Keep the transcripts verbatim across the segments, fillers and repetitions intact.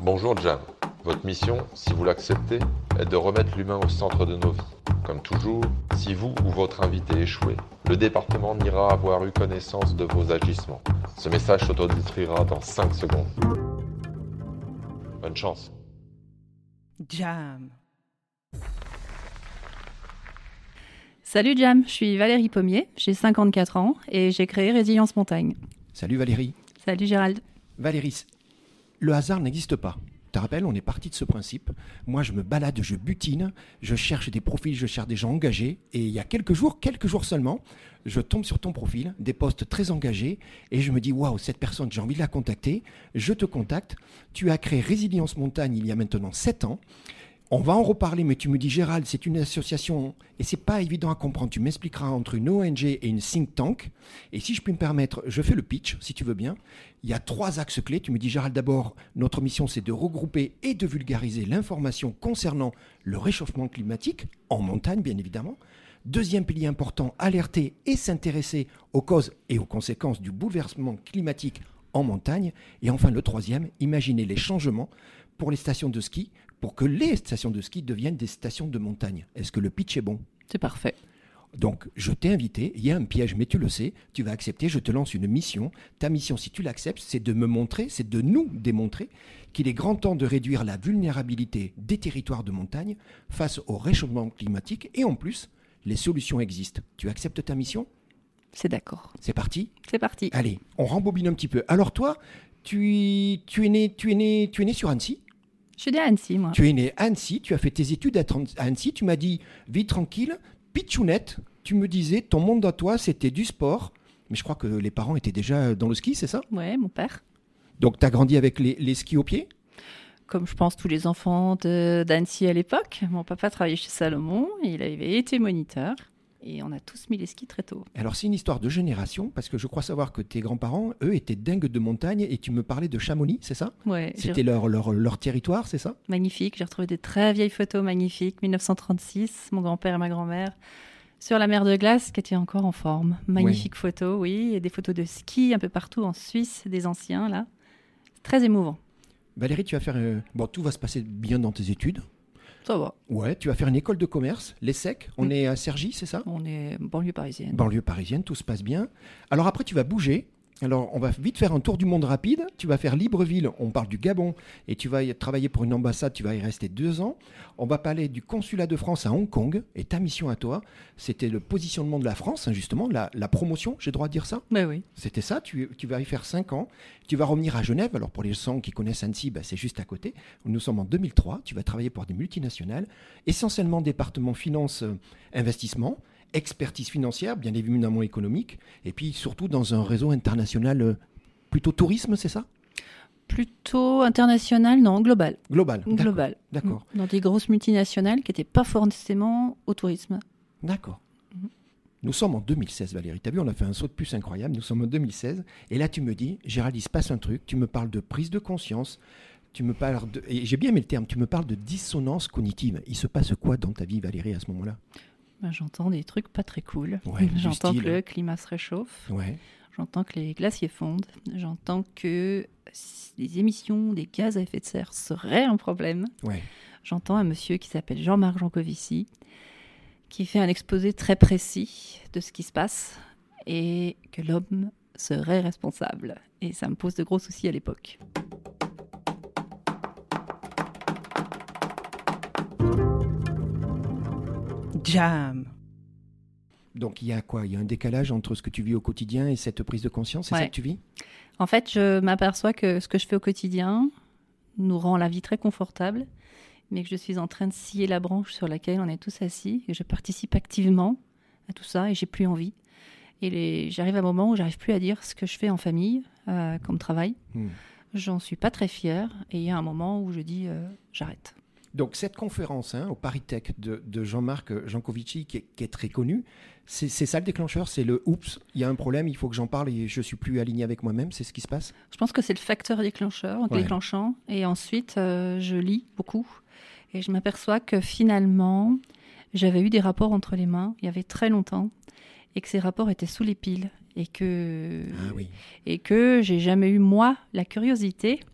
Bonjour Jam. Votre mission, si vous l'acceptez, est de remettre l'humain au centre de nos vies. Comme toujours, si vous ou votre invité échouez, le département n'ira avoir eu connaissance de vos agissements. Ce message s'autodétruira dans cinq secondes. Bonne chance. Jam. Salut Jam, je suis Valérie Pommier, j'ai cinquante-quatre ans et j'ai créé Résilience Montagne. Salut Valérie. Salut Gérald. Valérie, le hasard n'existe pas. Tu te rappelles, on est parti de ce principe. Moi, je me balade, je butine, je cherche des profils, je cherche des gens engagés. Et il y a quelques jours, quelques jours seulement, je tombe sur ton profil, des postes très engagés. Et je me dis, waouh, cette personne, j'ai envie de la contacter. Je te contacte. Tu as créé Résilience Montagne il y a maintenant sept ans. On va en reparler, mais tu me dis, Gérald, c'est une association et c'est pas évident à comprendre. Tu m'expliqueras entre une O N G et une think tank. Et si je puis me permettre, je fais le pitch, si tu veux bien. Il y a trois axes clés. Tu me dis, Gérald, d'abord, notre mission, c'est de regrouper et de vulgariser l'information concernant le réchauffement climatique, en montagne, bien évidemment. Deuxième pilier important, alerter et s'intéresser aux causes et aux conséquences du bouleversement climatique en montagne. Et enfin, le troisième, imaginer les changements pour les stations de ski, pour que les stations de ski deviennent des stations de montagne. Est-ce que le pitch est bon ? C'est parfait. Donc, je t'ai invité, il y a un piège, mais tu le sais, tu vas accepter, je te lance une mission. Ta mission, si tu l'acceptes, c'est de me montrer, c'est de nous démontrer qu'il est grand temps de réduire la vulnérabilité des territoires de montagne face au réchauffement climatique. Et en plus, les solutions existent. Tu acceptes ta mission ? C'est d'accord. C'est parti ? C'est parti. Allez, on rembobine un petit peu. Alors toi, tu, tu, es, né, tu, es, né, tu es né sur Annecy ? Je suis née à Annecy, moi. Tu es né à Annecy, tu as fait tes études à Annecy, tu m'as dit « vie tranquille ». Pitchounette, tu me disais, ton monde à toi, c'était du sport. Mais je crois que les parents étaient déjà dans le ski, c'est ça ? Ouais, mon père. Donc, tu as grandi avec les, les skis au pied ? Comme je pense tous les enfants de, d'Annecy à l'époque. Mon papa travaillait chez Salomon, il avait été moniteur. Et on a tous mis les skis très tôt. Alors, c'est une histoire de génération, parce que je crois savoir que tes grands-parents, eux, étaient dingues de montagne, et tu me parlais de Chamonix, c'est ça ? Ouais. C'était leur, leur, leur territoire, c'est ça ? Magnifique, j'ai retrouvé des très vieilles photos magnifiques, dix-neuf cent trente-six, mon grand-père et ma grand-mère, sur la mer de glace, qui était encore en forme. Magnifiques oui. photos, oui, et des photos de ski un peu partout en Suisse, des anciens, là. Très émouvant. Valérie, tu vas faire... Euh... Bon, tout va se passer bien dans tes études. Ça va. Ouais, tu vas faire une école de commerce, l'ESSEC. On mmh. est à Cergy, c'est ça ? On est banlieue parisienne. Banlieue parisienne, tout se passe bien. Alors après, tu vas bouger. Alors, on va vite faire un tour du monde rapide. Tu vas faire Libreville, on parle du Gabon, et tu vas y travailler pour une ambassade, tu vas y rester deux ans. On va parler du consulat de France à Hong Kong, et ta mission à toi, c'était le positionnement de la France, hein, justement, la, la promotion, j'ai le droit de dire ça ? Ben oui. C'était ça, tu, tu vas y faire cinq ans. Tu vas revenir à Genève, alors pour les gens qui connaissent Annecy, bah, c'est juste à côté. Nous sommes en deux mille trois, tu vas travailler pour des multinationales, essentiellement département finance, euh, investissement, expertise financière, bien évidemment économique, et puis surtout dans un réseau international euh, plutôt tourisme, c'est ça ? Plutôt international, non, global. Global, global. D'accord. d'accord. Dans des grosses multinationales qui n'étaient pas forcément au tourisme. D'accord. Mm-hmm. Nous sommes en deux mille seize, Valérie. Tu as vu, on a fait un saut de puce incroyable. Nous sommes en deux mille seize. Et là, tu me dis, Gérald, il se passe un truc. Tu me parles de prise de conscience. Tu me parles de... Et j'ai bien aimé le terme. Tu me parles de dissonance cognitive. Il se passe quoi dans ta vie, Valérie, à ce moment-là ? Ben, j'entends des trucs pas très cool. Ouais, j'entends style. que le climat se réchauffe. Ouais. J'entends que les glaciers fondent. J'entends que les émissions des gaz à effet de serre seraient un problème. Ouais. J'entends un monsieur qui s'appelle Jean-Marc Jancovici qui fait un exposé très précis de ce qui se passe et que l'homme serait responsable. Et ça me pose de gros soucis à l'époque. Jam. Donc il y a quoi ? Il y a un décalage entre ce que tu vis au quotidien et cette prise de conscience, c'est ouais. ça que tu vis ? En fait, je m'aperçois que ce que je fais au quotidien nous rend la vie très confortable, mais que je suis en train de scier la branche sur laquelle on est tous assis, et je participe activement à tout ça, et j'ai plus envie. Et les... j'arrive à un moment où j'arrive plus à dire ce que je fais en famille, euh, comme travail. Mmh. J'en suis pas très fière, et il y a un moment où je dis euh, j'arrête. Donc cette conférence hein, au ParisTech de, de Jean-Marc Jancovici, qui est, qui est très connu, c'est, c'est ça le déclencheur, c'est le « oups, il y a un problème, il faut que j'en parle et je ne suis plus aligné avec moi-même », c'est ce qui se passe ? Je pense que c'est le facteur déclencheur, ouais. déclenchant. Et ensuite, euh, je lis beaucoup et je m'aperçois que finalement, j'avais eu des rapports entre les mains il y avait très longtemps et que ces rapports étaient sous les piles et que, ah oui. et que j'ai jamais eu, moi, la curiosité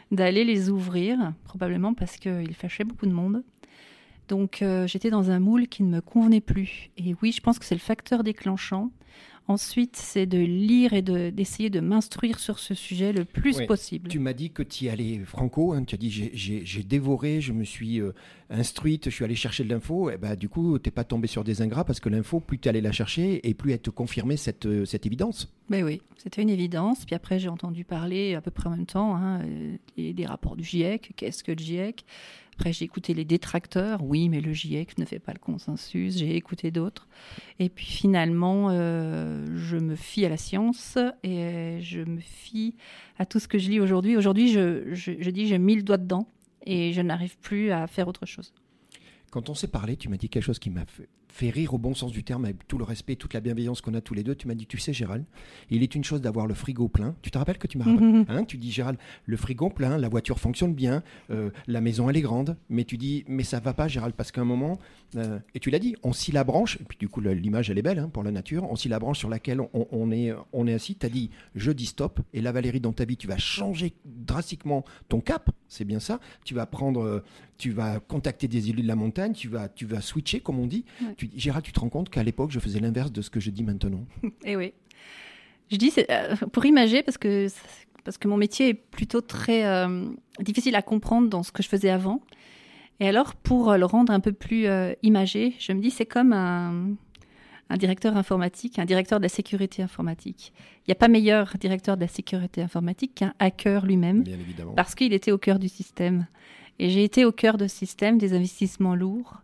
d'aller les ouvrir, probablement parce qu'ils fâchaient beaucoup de monde. Donc euh, j'étais dans un moule qui ne me convenait plus. Et oui, je pense que c'est le facteur déclenchant. Ensuite, c'est de lire et de, d'essayer de m'instruire sur ce sujet le plus Oui. possible. Tu m'as dit que tu y allais franco, hein, tu as dit j'ai, j'ai, j'ai dévoré, je me suis euh, instruite, je suis allé chercher de l'info. Et bah, du coup, tu n'es pas tombé sur des ingrats parce que l'info, plus tu allais la chercher et plus elle te confirmait cette, euh, cette évidence. Mais oui, c'était une évidence. Puis après, j'ai entendu parler à peu près en même temps hein, euh, des, des rapports du GIEC. Qu'est-ce que le GIEC ? Après, j'ai écouté les détracteurs. Oui, mais le GIEC ne fait pas le consensus. J'ai écouté d'autres. Et puis finalement, euh, je me fie à la science et je me fie à tout ce que je lis aujourd'hui. Aujourd'hui, je, je, je dis j'ai mis le doigt dedans et je n'arrive plus à faire autre chose. Quand on s'est parlé, tu m'as dit quelque chose qui m'a fait, fait rire au bon sens du terme, avec tout le respect, toute la bienveillance qu'on a tous les deux. Tu m'as dit, tu sais Gérald, il est une chose d'avoir le frigo plein. Tu te rappelles que tu m'as rappelé, Mhm. hein, tu dis Gérald, le frigo plein, la voiture fonctionne bien, euh, la maison elle est grande, mais tu dis, mais ça va pas Gérald, parce qu'à un moment, euh, et tu l'as dit, on scie la branche, et puis du coup le- l'image elle est belle hein, pour la nature, on scie la branche sur laquelle on, on est, on est assis, tu as dit, je dis stop, et là Valérie, dans ta vie, tu vas changer drastiquement ton cap, c'est bien ça, tu vas prendre... euh, tu vas contacter des élus de la montagne, tu vas, tu vas switcher, comme on dit. Ouais. Tu, Gérald, tu te rends compte qu'à l'époque, je faisais l'inverse de ce que je dis maintenant. Et oui. Je dis, c'est, euh, pour imager, parce que, parce que mon métier est plutôt très euh, difficile à comprendre dans ce que je faisais avant. Et alors, pour euh, le rendre un peu plus euh, imagé, je me dis, c'est comme un, un directeur informatique, un directeur de la sécurité informatique. Il n'y a pas meilleur directeur de la sécurité informatique qu'un hacker lui-même, Bien évidemment. parce qu'il était au cœur du système. Et j'ai été au cœur de ce système, des investissements lourds,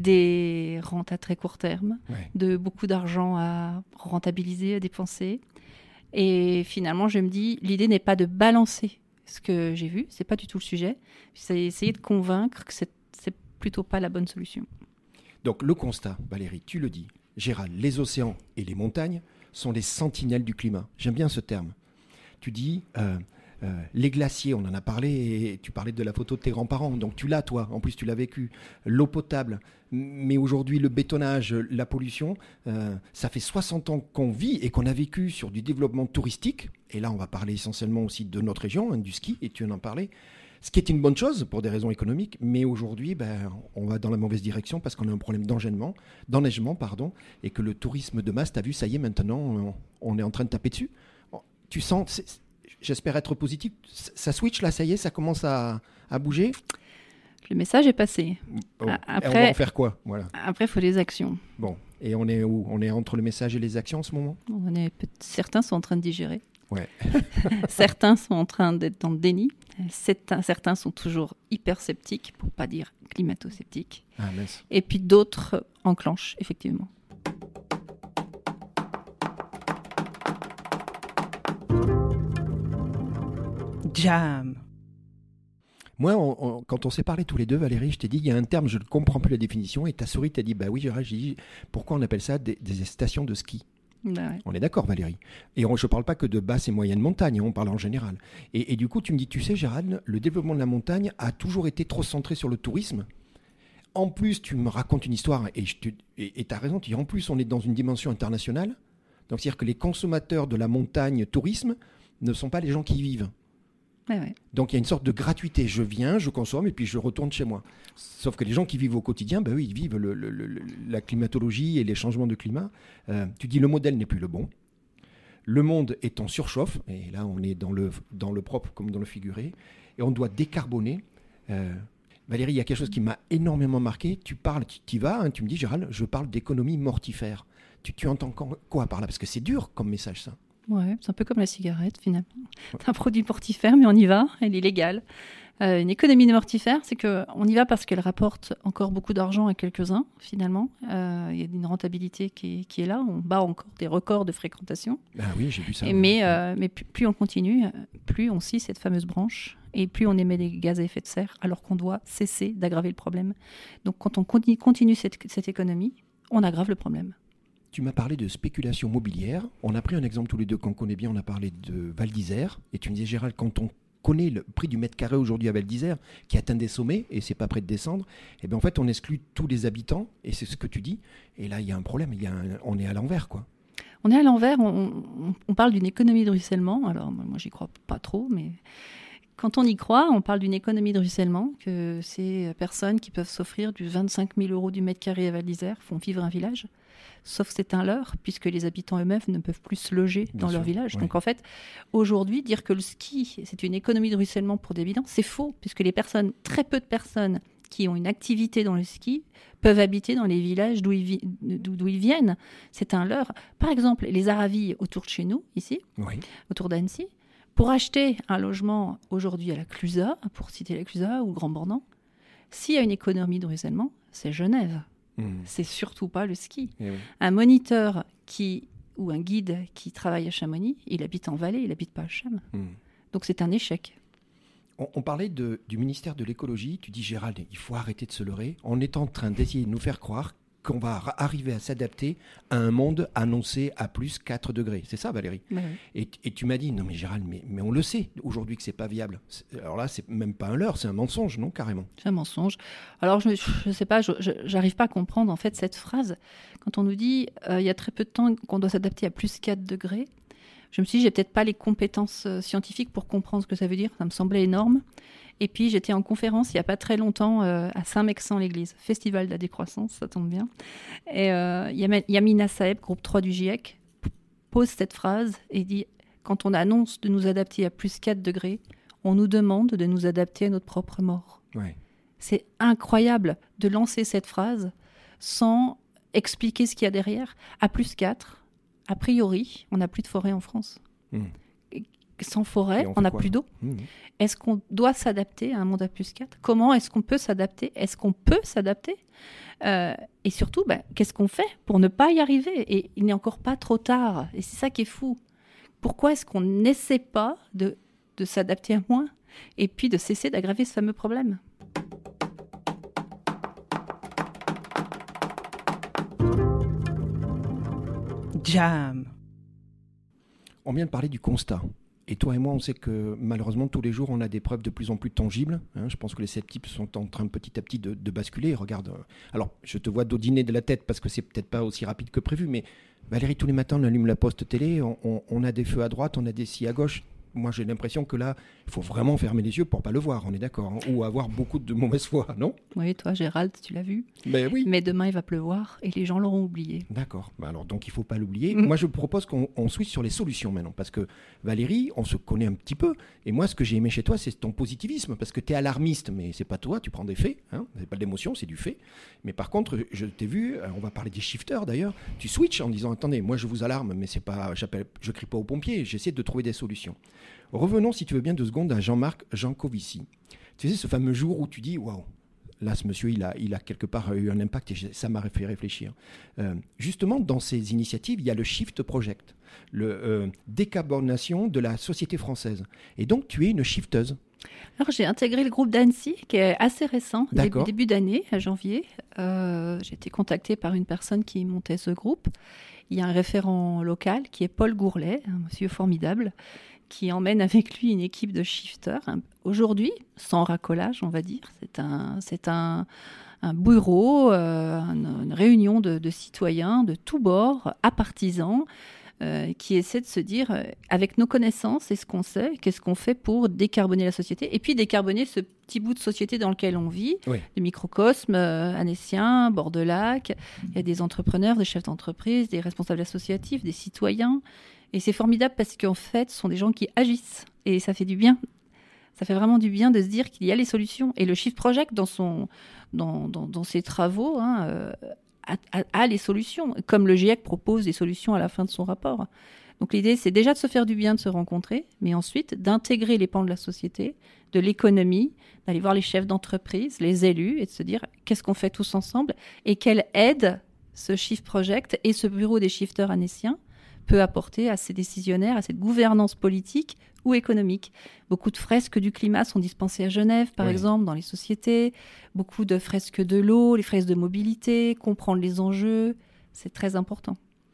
des rentes à très court terme, Ouais. de beaucoup d'argent à rentabiliser, à dépenser. Et finalement, je me dis, l'idée n'est pas de balancer ce que j'ai vu, c'est pas du tout le sujet. C'est essayer de convaincre que c'est, c'est plutôt pas la bonne solution. Donc le constat, Valérie, tu le dis, Gérald, les océans et les montagnes sont les sentinelles du climat. J'aime bien ce terme. Tu dis... euh, Euh, les glaciers, on en a parlé, et tu parlais de la photo de tes grands-parents, donc tu l'as toi, en plus tu l'as vécu. L'eau potable, mais aujourd'hui le bétonnage, la pollution, euh, ça fait soixante ans qu'on vit et qu'on a vécu sur du développement touristique, et là on va parler essentiellement aussi de notre région, hein, du ski, et tu en as parlé, ce qui est une bonne chose pour des raisons économiques, mais aujourd'hui ben, on va dans la mauvaise direction parce qu'on a un problème d'enneigement, d'enneigement pardon, et que le tourisme de masse, tu as vu, ça y est maintenant, on, on est en train de taper dessus. Tu sens... c'est, J'espère être positif. Ça switch là, ça y est, ça commence à, à bouger. Le message est passé. Oh. Après- Et on va en faire quoi, voilà. Après, il faut des actions. Bon, et on est où? On est entre le message et les actions en ce moment? On est, peut- certains sont en train de digérer. Ouais. Certains sont en train d'être dans le déni. Certains, certains sont toujours hyper sceptiques, pour pas dire climato-sceptiques. Ah mince. Et puis d'autres enclenchent, effectivement. Jam. Moi, on- on- quand on s'est parlé tous les deux, Valérie, je t'ai dit, il y a un terme, je ne comprends plus la définition, et ta souris t'a dit, bah oui, Gérald, j'ai dit, pourquoi on appelle ça des, des stations de ski? Bah ouais. On est d'accord, Valérie. Et on- je ne parle pas que de basse et moyenne montagne, on parle en général. Et, et du coup, tu me dis, tu sais, Gérald, le développement de la montagne a toujours été trop centré sur le tourisme. En plus, tu me racontes une histoire, et tu et, as raison, tu dis, en plus, on est dans une dimension internationale. Donc, c'est-à-dire que les consommateurs de la montagne tourisme ne sont pas les gens qui y vivent. Ouais, ouais. Donc il y a une sorte de gratuité. Je viens, je consomme et puis je retourne chez moi. Sauf que les gens qui vivent au quotidien, ben oui, ils vivent le- le- le- la climatologie et les changements de climat. Euh, tu dis le modèle n'est plus le bon. Le monde est en surchauffe, et là on est dans le, dans le propre comme dans le figuré, et on doit décarboner. Euh, Valérie, il y a quelque chose qui m'a énormément marqué. Tu parles, tu y vas, hein, tu me dis Gérald, je parle d'économie mortifère. Tu, tu entends quoi par là? Parce que c'est dur comme message ça. Ouais, c'est un peu comme la cigarette, finalement. C'est un produit mortifère, mais on y va, elle est légale. Euh, une économie de mortifère, c'est qu'on y va parce qu'elle rapporte encore beaucoup d'argent à quelques-uns, finalement. Euh, Il y a une rentabilité qui est, qui est là. On bat encore des records de fréquentation. Ah oui, j'ai vu ça. Et mais euh, mais plus, plus on continue, plus on scie cette fameuse branche et plus on émet des gaz à effet de serre, alors qu'on doit cesser d'aggraver le problème. Donc quand on continue, continue cette, cette économie, on aggrave le problème. Tu m'as parlé de spéculation mobilière. On a pris un exemple tous les deux qu'on connaît bien. On a parlé de Val d'Isère. Et tu me disais, Gérald, quand on connaît le prix du mètre carré aujourd'hui à Val d'Isère, qui atteint des sommets, et c'est pas prêt de descendre, et bien en fait, on exclut tous les habitants, et c'est ce que tu dis. Et là, il y a un problème. Il y a un- on est à l'envers, quoi. On est à l'envers, on, on- on parle d'une économie de ruissellement. Alors moi, j'y crois pas trop, mais Quand on y croit, on parle d'une économie de ruissellement, que ces personnes qui peuvent s'offrir du vingt-cinq mille euros du mètre carré à Val d'Isère font vivre un village, sauf c'est un leurre, puisque les habitants eux-mêmes ne peuvent plus se loger Bien dans sûr, leur village. oui. Donc en fait, aujourd'hui, dire que le ski, c'est une économie de ruissellement pour des bidons, c'est faux, puisque les personnes, très peu de personnes qui ont une activité dans le ski peuvent habiter dans les villages d'où ils, vi- d'où, d'où ils viennent. C'est un leurre. Par exemple, les Aravis autour de chez nous, ici, Oui. autour d'Annecy, pour acheter un logement aujourd'hui à la Clusaz, pour citer la Clusaz ou Grand Bornand, s'il y a une économie de ruissellement, c'est Genève. Mmh. C'est surtout pas le ski. Eh oui. Un moniteur qui, ou un guide qui travaille à Chamonix, il habite en Valais, il n'habite pas à Cham. Mmh. Donc c'est un échec. On, on parlait de, du ministère de l'écologie. Tu dis, Gérald, il faut arrêter de se leurrer. On est en train d'essayer de nous faire croire qu'on va ra- arriver à s'adapter à un monde annoncé à plus quatre degrés. C'est ça, Valérie? Ouais, ouais. Et, et tu m'as dit, non mais Gérald, mais, mais on le sait aujourd'hui que c'est pas viable. C'est- alors là, c'est même pas un leurre, c'est un mensonge, non, carrément. C'est un mensonge. Alors, je ne sais pas, je n'arrive pas à comprendre en fait cette phrase. Quand on nous dit euh, il y a très peu de temps qu'on doit s'adapter à plus quatre degrés, je me suis dit, j'ai peut-être pas les compétences euh, scientifiques pour comprendre ce que ça veut dire. Ça me semblait énorme. Et puis, j'étais en conférence il n'y a pas très longtemps euh, à Saint-Mexan-l'Église, Festival de la décroissance, ça tombe bien. Et euh, Yama- Yamina Saeb, groupe trois du GIEC, p- pose cette phrase et dit « Quand on annonce de nous adapter à plus quatre degrés, on nous demande de nous adapter à notre propre mort. » Ouais. C'est incroyable de lancer cette phrase sans expliquer ce qu'il y a derrière. À plus quatre, a priori, on n'a plus de forêt en France. Mmh. Et sans forêt, Et on on fait n'a quoi plus d'eau. Mmh. Est-ce qu'on doit s'adapter à un monde à plus quatre? Comment est-ce qu'on peut s'adapter? Est-ce qu'on peut s'adapter? Euh, Et surtout, ben, qu'est-ce qu'on fait pour ne pas y arriver? Et il n'est encore pas trop tard. Et c'est ça qui est fou. Pourquoi est-ce qu'on n'essaie pas de, de s'adapter à moins et puis de cesser d'aggraver ce fameux problème? Jam. On vient de parler du constat. Et toi et moi, on sait que malheureusement, tous les jours, on a des preuves de plus en plus tangibles. hein. Je pense que les sceptiques sont en train petit à petit de, de basculer. Regarde, euh, alors je te vois dodiner de la tête parce que c'est peut-être pas aussi rapide que prévu, mais Valérie, tous les matins, on allume la poste télé, on, on- on a des feux à droite, on a des scies à gauche. Moi, j'ai l'impression que là, il faut vraiment fermer les yeux pour pas le voir, on est d'accord, hein, ou avoir beaucoup de mauvaise foi, non? Oui, toi, Gérald, tu l'as vu. Ben oui. Mais demain, il va pleuvoir et les gens l'auront oublié. D'accord. Bah alors, donc, il ne faut pas l'oublier. Mm. Moi, je propose qu'on on switch sur les solutions maintenant. Parce que Valérie, on se connaît un petit peu. Et moi, ce que j'ai aimé chez toi, c'est ton positivisme. Parce que tu es alarmiste, mais c'est pas toi, tu prends des faits. Hein. C'est pas de l'émotion, c'est du fait. Mais par contre, je t'ai vu, euh, on va parler des shifters d'ailleurs, tu switches en disant attendez, moi je vous alarme, mais c'est pas, j'appelle, je crie pas aux pompiers, j'essaie de trouver des solutions. Revenons, si tu veux bien, deux secondes à Jean-Marc Jancovici. Tu sais, ce fameux jour où tu dis waouh. Là, ce monsieur, il a, il a quelque part eu un impact et ça m'a fait réfléchir. Euh, justement, dans ces initiatives, il y a le Shift Project, le euh, décarbonation de la société française. Et donc, tu es une shifteuse. Alors, j'ai intégré le groupe d'Annecy, qui est assez récent, début, D'accord. début d'année, à janvier. Euh, j'ai été contactée par une personne qui montait ce groupe. Il y a un référent local qui est Paul Gourlet, un monsieur formidable, qui emmène avec lui une équipe de shifters. Un- Aujourd'hui, sans racolage, on va dire, c'est un, c'est un, un bureau, euh, un- une réunion de, de citoyens de tous bords, à partisans, euh, qui essaient de se dire, euh, avec nos connaissances et ce qu'on sait, qu'est-ce qu'on fait pour décarboner la société, et puis décarboner ce petit bout de société dans lequel on vit, Oui. le microcosme euh, annécien, bord de lac. Il y a des entrepreneurs, des chefs d'entreprise, des responsables associatifs, des citoyens. Et c'est formidable parce qu'en fait, ce sont des gens qui agissent. Et ça fait du bien. Ça fait vraiment du bien de se dire qu'il y a les solutions. Et le Shift Project, dans, son, dans, dans, dans ses travaux, hein, euh, a, a- a les solutions. Comme le GIEC propose des solutions à la fin de son rapport. Donc l'idée, c'est déjà de se faire du bien, de se rencontrer, mais ensuite d'intégrer les pans de la société, de l'économie, d'aller voir les chefs d'entreprise, les élus, et de se dire qu'est-ce qu'on fait tous ensemble et quelle aide ce Shift Project et ce bureau des shifters annéciens peut apporter à ces décisionnaires, à cette gouvernance politique ou économique. Beaucoup de fresques du climat sont dispensées à Genève, par Oui. exemple, dans les sociétés. Beaucoup de fresques de l'eau, les fresques de mobilité, comprendre les enjeux, c'est très important.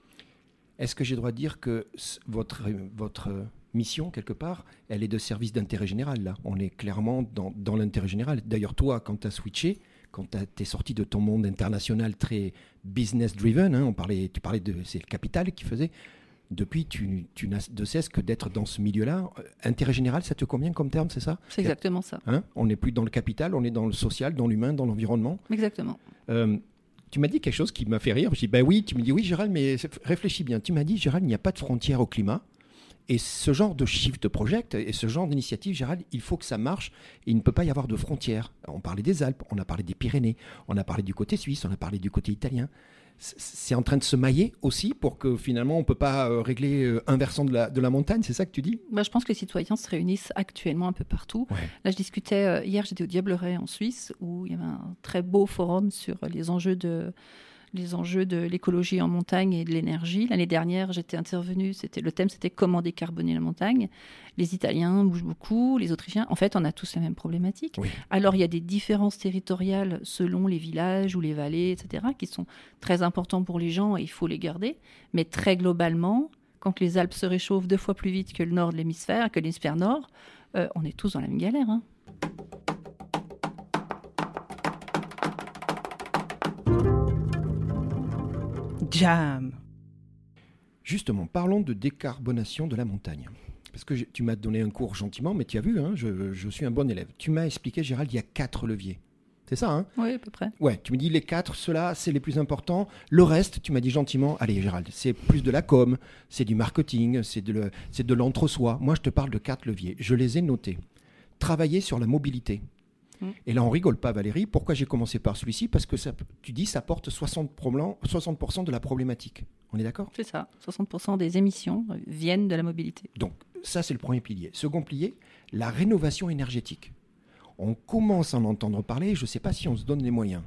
Est-ce que j'ai le droit de dire que c- votre, votre mission, quelque part, elle est de service d'intérêt général, là? On est clairement dans, dans l'intérêt général. D'ailleurs, toi, quand tu as switché, quand tu es sorti de ton monde international très business-driven, hein, on parlait, tu parlais de... C'est le capital qui faisait. Depuis, tu, tu n'as de cesse que d'être dans ce milieu-là. Euh, Intérêt général, ça te convient comme terme, c'est ça? C'est exactement ça. Hein, on n'est plus dans le capital, on est dans le social, dans l'humain, dans l'environnement. Exactement. Euh, tu m'as dit quelque chose qui m'a fait rire. Je dis, ben oui, tu me dis, oui, Gérald, mais réfléchis bien. Tu m'as dit, Gérald, il n'y a pas de frontière au climat. Et ce genre de shift project et ce genre d'initiative, Gérald, il faut que ça marche. Et il ne peut pas y avoir de frontières. On parlait des Alpes, on a parlé des Pyrénées, on a parlé du côté suisse, on a parlé du côté italien. C'est en train de se mailler aussi pour que finalement on ne peut pas euh, régler euh, un versant de la, de la montagne, c'est ça que tu dis? Bah, je pense que les citoyens se réunissent actuellement un peu partout. Ouais. Là, je discutais, euh, hier j'étais au Diableret en Suisse, où il y avait un très beau forum sur les enjeux de, les enjeux de l'écologie en montagne et de l'énergie. L'année dernière, j'étais intervenue, c'était, le thème c'était comment décarboner la montagne. Les Italiens bougent beaucoup, les Autrichiens, en fait on a tous la même problématique. Oui. Alors il y a des différences territoriales selon les villages ou les vallées, et cetera, qui sont très importants pour les gens et il faut les garder. Mais très globalement, quand les Alpes se réchauffent deux fois plus vite que le nord de l'hémisphère, que l'hémisphère nord, euh, on est tous dans la même galère. Hein. Jam. Justement, parlons de décarbonation de la montagne. Parce que je- tu m'as donné un cours gentiment, mais tu as vu, hein, je, je suis un bon élève. Tu m'as expliqué, Gérald, il y a quatre leviers. C'est ça, hein? Oui, à peu près. Ouais, tu me dis les quatre, ceux-là, c'est les plus importants. Le reste, tu m'as dit gentiment, allez Gérald, c'est plus de la com, c'est du marketing, c'est de, le- c'est de l'entre-soi. Moi, je te parle de quatre leviers. Je les ai notés. Travailler sur la mobilité. Mm. Et là, on rigole pas, Valérie. Pourquoi j'ai commencé par celui-ci? Parce que ça, tu dis, ça porte soixante pour cent soixante pour cent de la problématique. On est d'accord? C'est ça. soixante pour cent des émissions euh, viennent de la mobilité. Donc, ça, c'est le premier pilier. Second pilier, la rénovation énergétique. On commence à en entendre parler. Je ne sais pas si on se donne les moyens.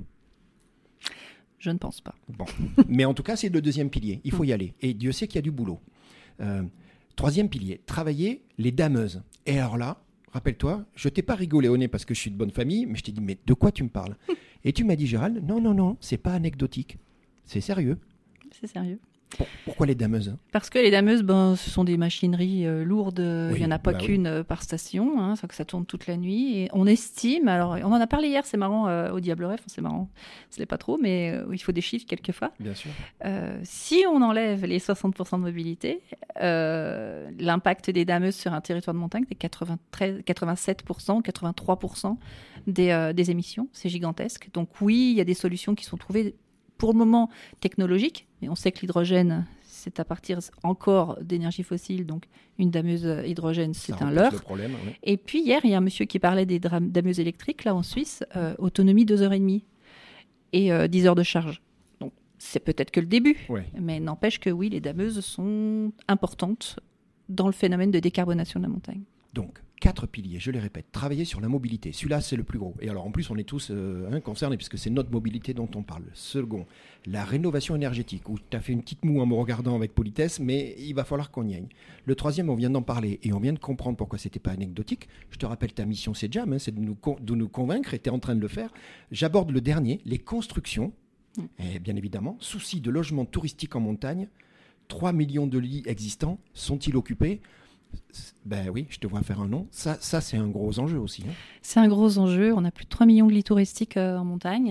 Je ne pense pas. Bon. Mais en tout cas, c'est le deuxième pilier. Il faut y aller. Et Dieu sait qu'il y a du boulot. Euh, troisième pilier, travailler les dameuses. Et alors là, rappelle-toi, je t'ai pas rigolé au nez parce que je suis de bonne famille, mais je t'ai dit, mais de quoi tu me parles? Et tu m'as dit, Gérald, non, non, non, c'est pas anecdotique. C'est sérieux. C'est sérieux. Pour- pourquoi les dameuses? Parce que les dameuses, ben, ce sont des machineries euh, lourdes. Il Oui, n'y en a pas bah oui. qu'une euh, par station. Hein, ça, que ça tourne toute la nuit. Et on estime, alors on en a parlé hier, c'est marrant, euh, au Diableret, enfin, c'est marrant, ce n'est pas trop, mais euh, il faut des chiffres quelquefois. Bien sûr. Euh, si on enlève les soixante pour cent de mobilité, euh, l'impact des dameuses sur un territoire de montagne, c'est quatre-vingt-treize, quatre-vingt-sept pour cent, quatre-vingt-trois pour cent des, euh, des émissions. C'est gigantesque. Donc oui, il y a des solutions qui sont trouvées pour le moment technologiques, mais on sait que l'hydrogène, c'est à partir encore d'énergie fossile, donc une dameuse hydrogène, c'est Ça un repousse leurre. le problème, oui. Et puis hier, il y a un monsieur qui parlait des dra- dameuses électriques, là en Suisse, euh, autonomie deux heures trente et euh, dix heures de charge. Donc c'est peut-être que le début, Ouais. mais n'empêche que oui, les dameuses sont importantes dans le phénomène de décarbonation de la montagne. Donc, quatre piliers, je les répète. Travailler sur la mobilité. Celui-là, c'est le plus gros. Et alors, en plus, on est tous euh, hein, concernés puisque c'est notre mobilité dont on parle. Second, la rénovation énergétique, où tu as fait une petite moue en me regardant avec politesse, mais il va falloir qu'on y aille. Le troisième, on vient d'en parler et on vient de comprendre pourquoi c'était pas anecdotique. Je te rappelle, ta mission, c'est Jam, hein, c'est de nous, con- de nous convaincre et tu es en train de le faire. J'aborde le dernier, les constructions. Mm. Et bien évidemment, souci de logement touristique en montagne. trois millions de lits existants, sont-ils occupés? Ben oui, je te vois faire un nom. Ça, ça c'est un gros enjeu aussi. Hein. C'est un gros enjeu. On a plus de trois millions de lits touristiques euh, en montagne.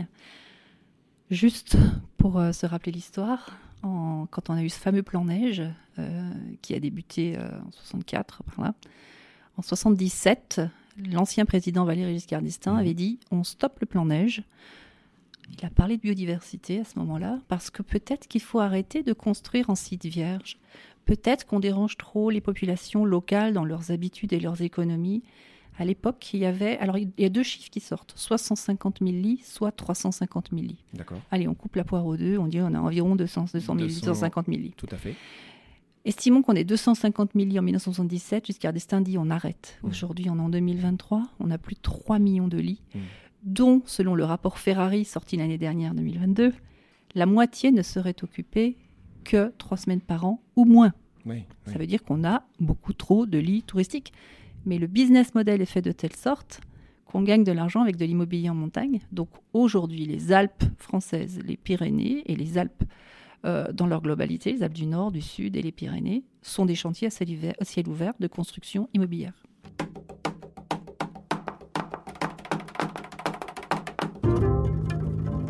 Juste pour euh, se rappeler l'histoire, en- quand on a eu ce fameux plan neige euh, qui a débuté euh, en soixante-quatre, par là, en soixante-dix-sept, l'ancien président Valéry Giscard d'Estaing Mhm. avait dit « on stoppe le plan neige ». Il a parlé de biodiversité à ce moment-là, parce que peut-être qu'il faut arrêter de construire en site vierge. Peut-être qu'on dérange trop les populations locales dans leurs habitudes et leurs économies. À l'époque, il y avait... Alors, il y a deux chiffres qui sortent. Soit cent cinquante mille lits, soit trois cent cinquante mille lits. D'accord, Allez, on coupe la poire aux deux. On dit on a environ deux cents, deux cent mille, deux cents. deux cent cinquante mille lits. tout à fait. Estimons qu'on ait deux cent cinquante mille lits en mille neuf cent soixante-dix-sept. Giscard d'Estaing dit on arrête. Mmh. Aujourd'hui, on est en deux mille vingt-trois. On a plus de trois millions de lits, Mmh. dont, selon le rapport Ferrari sorti l'année dernière, deux mille vingt-deux, la moitié ne serait occupée que trois semaines par an ou moins. Oui, oui. Ça veut dire qu'on a beaucoup trop de lits touristiques. Mais le business model est fait de telle sorte qu'on gagne de l'argent avec de l'immobilier en montagne. Donc aujourd'hui, les Alpes françaises, les Pyrénées et les Alpes euh, dans leur globalité, les Alpes du Nord, du Sud et les Pyrénées, sont des chantiers à ciel ouvert, à ciel ouvert de construction immobilière.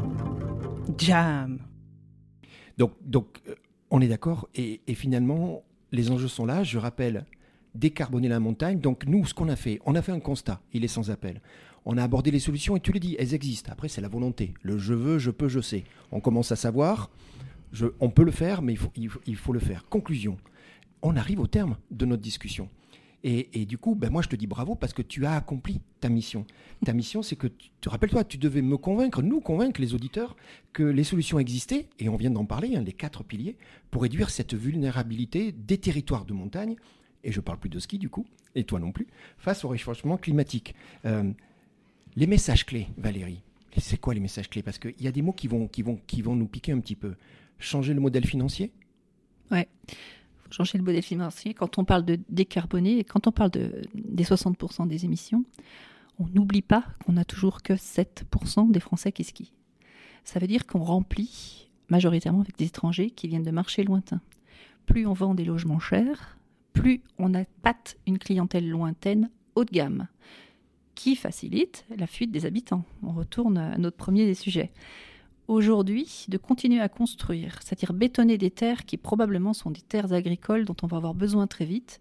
Jam. Donc, donc euh, on est d'accord. Et, et finalement, les enjeux sont là. Je rappelle, décarboner la montagne. Donc nous, ce qu'on a fait, on a fait un constat, il est sans appel. On a abordé les solutions et tu le dis, elles existent. Après, c'est la volonté. Le je veux, je peux, je sais. On commence à savoir, je, on peut le faire, mais il faut, il faut, il faut le faire. Conclusion, on arrive au terme de notre discussion. Et, et du coup, ben moi, je te dis bravo parce que tu as accompli ta mission. Ta mission, c'est que, tu, tu rappelle-toi, tu devais me convaincre, nous convaincre, les auditeurs, que les solutions existaient, et on vient d'en parler, hein, les quatre piliers, pour réduire cette vulnérabilité des territoires de montagne, et je ne parle plus de ski du coup, et toi non plus, face au réchauffement climatique. Euh, les messages clés, Valérie, c'est quoi les messages clés? Parce qu'il y a des mots qui vont, qui, vont, qui vont nous piquer un petit peu. Changer le modèle financier? Ouais. Changer le modèle financier. Quand on parle de décarboner, et quand on parle de, des soixante pour cent des émissions, on n'oublie pas qu'on n'a toujours que sept pour cent des Français qui skient. Ça veut dire qu'on remplit majoritairement avec des étrangers qui viennent de marchés lointains. Plus on vend des logements chers, plus on appâte une clientèle lointaine haut de gamme, qui facilite la fuite des habitants. On retourne à notre premier des sujets. Aujourd'hui, de continuer à construire, c'est-à-dire bétonner des terres qui probablement sont des terres agricoles dont on va avoir besoin très vite,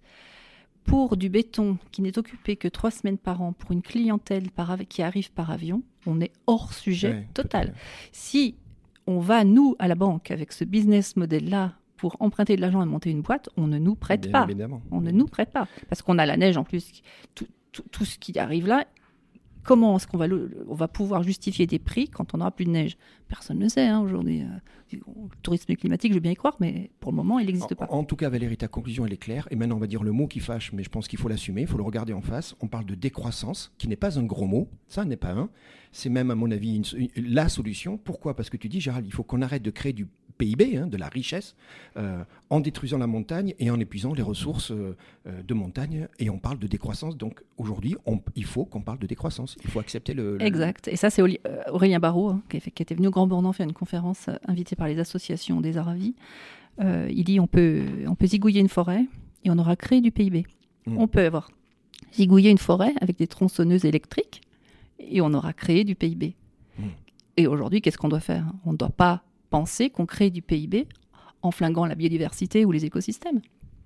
pour du béton qui n'est occupé que trois semaines par an pour une clientèle par av- qui arrive par avion, on est hors sujet Ouais, total. Si on va, nous, à la banque, avec ce business model-là, pour emprunter de l'argent et monter une boîte, on ne nous prête Bien pas. évidemment. On ne nous prête pas. Parce qu'on a la neige en plus, tout, tout, tout ce qui arrive là. Comment est-ce qu'on va, le, on va pouvoir justifier des prix quand on n'aura plus de neige? Personne ne le sait hein, aujourd'hui. Le tourisme climatique, je veux bien y croire, mais pour le moment, il n'existe pas. En, en tout cas, Valérie, ta conclusion, elle est claire. Et maintenant, on va dire le mot qui fâche, mais je pense qu'il faut l'assumer, il faut le regarder en face. On parle de décroissance, qui n'est pas un gros mot. Ça n'est pas un. C'est même, à mon avis, une, une, la solution. Pourquoi? Parce que tu dis, Gérald, il faut qu'on arrête de créer du P I B, hein, de la richesse, euh, en détruisant la montagne et en épuisant les ressources euh, de montagne. Et on parle de décroissance. Donc aujourd'hui, on, il faut qu'on parle de décroissance. Il faut accepter le... le... Exact. Et ça, c'est Aurélien Barraud, hein, qui, qui était venu au Grand Bornand faire une conférence euh, invitée par les associations des Aravis. Euh, il dit on peut, on peut zigouiller une forêt et on aura créé du P I B. Mmh. On peut avoir zigouillé une forêt avec des tronçonneuses électriques et on aura créé du P I B. Mmh. Et aujourd'hui, qu'est-ce qu'on doit faire? On ne doit pas penser qu'on crée du P I B en flinguant la biodiversité ou les écosystèmes.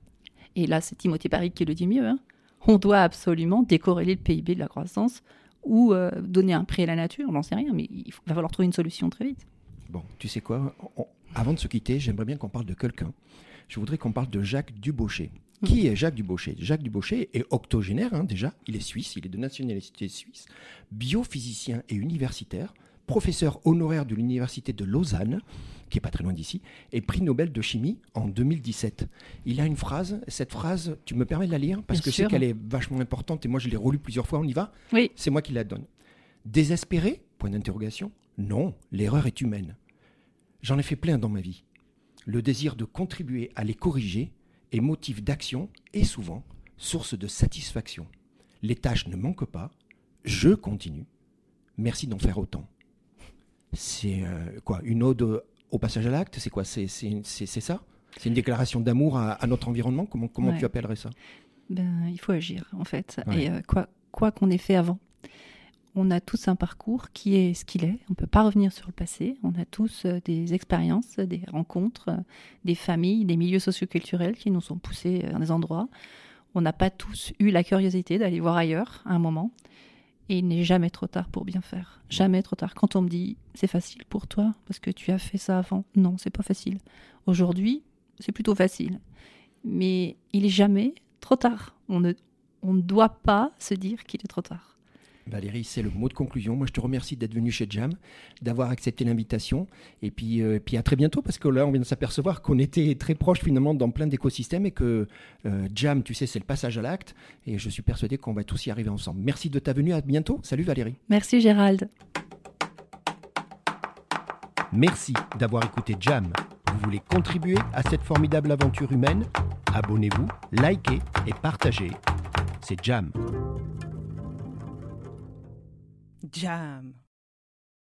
Et là, c'est Timothée Parry qui le dit mieux. Hein. On doit absolument décorréler le P I B de la croissance ou euh, donner un prix à la nature, on n'en sait rien, mais il faut, va falloir trouver une solution très vite. Bon, tu sais quoi, on, avant de se quitter, j'aimerais bien qu'on parle de quelqu'un. Je voudrais qu'on parle de Jacques Dubochet. Mmh. Qui est Jacques Dubochet? Jacques Dubochet est octogénaire, hein, déjà. Il est suisse, il est de nationalité suisse, biophysicien et universitaire, professeur honoraire de l'université de Lausanne, qui n'est pas très loin d'ici, et prix Nobel de chimie en deux mille dix-sept. Il a une phrase, cette phrase, tu me permets de la lire? Parce Bien que sûr. Je sais qu'elle est vachement importante et moi je l'ai relue plusieurs fois, on y va? Oui. C'est moi qui la donne. Désespéré? Point d'interrogation. Non, l'erreur est humaine. J'en ai fait plein dans ma vie. Le désir de contribuer à les corriger est motif d'action et souvent source de satisfaction. Les tâches ne manquent pas, je continue. Merci d'en faire autant. C'est euh, quoi, une ode au passage à l'acte? C'est quoi? C'est, c'est, c'est, c'est ça? C'est une déclaration d'amour à, à notre environnement? Comment, comment ouais. tu appellerais ça? Ben, il faut agir, en fait. Ouais. Et euh, quoi, quoi qu'on ait fait avant, on a tous un parcours qui est ce qu'il est. On ne peut pas revenir sur le passé. On a tous euh, des expériences, des rencontres, euh, des familles, des milieux socioculturels qui nous ont poussés à des endroits. On n'a pas tous eu la curiosité d'aller voir ailleurs à un moment. Et il n'est jamais trop tard pour bien faire. Jamais trop tard. Quand on me dit « c'est facile pour toi parce que tu as fait ça avant », non, c'est pas facile. Aujourd'hui, c'est plutôt facile. Mais il n'est jamais trop tard. On ne, on ne doit pas se dire qu'il est trop tard. Valérie, c'est le mot de conclusion. Moi, je te remercie d'être venue chez Jam, d'avoir accepté l'invitation. Et puis, euh, puis à très bientôt, parce que là, on vient de s'apercevoir qu'on était très proches finalement dans plein d'écosystèmes et que euh, Jam, tu sais, c'est le passage à l'acte. Et je suis persuadé qu'on va tous y arriver ensemble. Merci de ta venue. À bientôt. Salut Valérie. Merci Gérald. Merci d'avoir écouté Jam. Vous voulez contribuer à cette formidable aventure humaine? Abonnez-vous, likez et partagez. C'est Jam. Jam.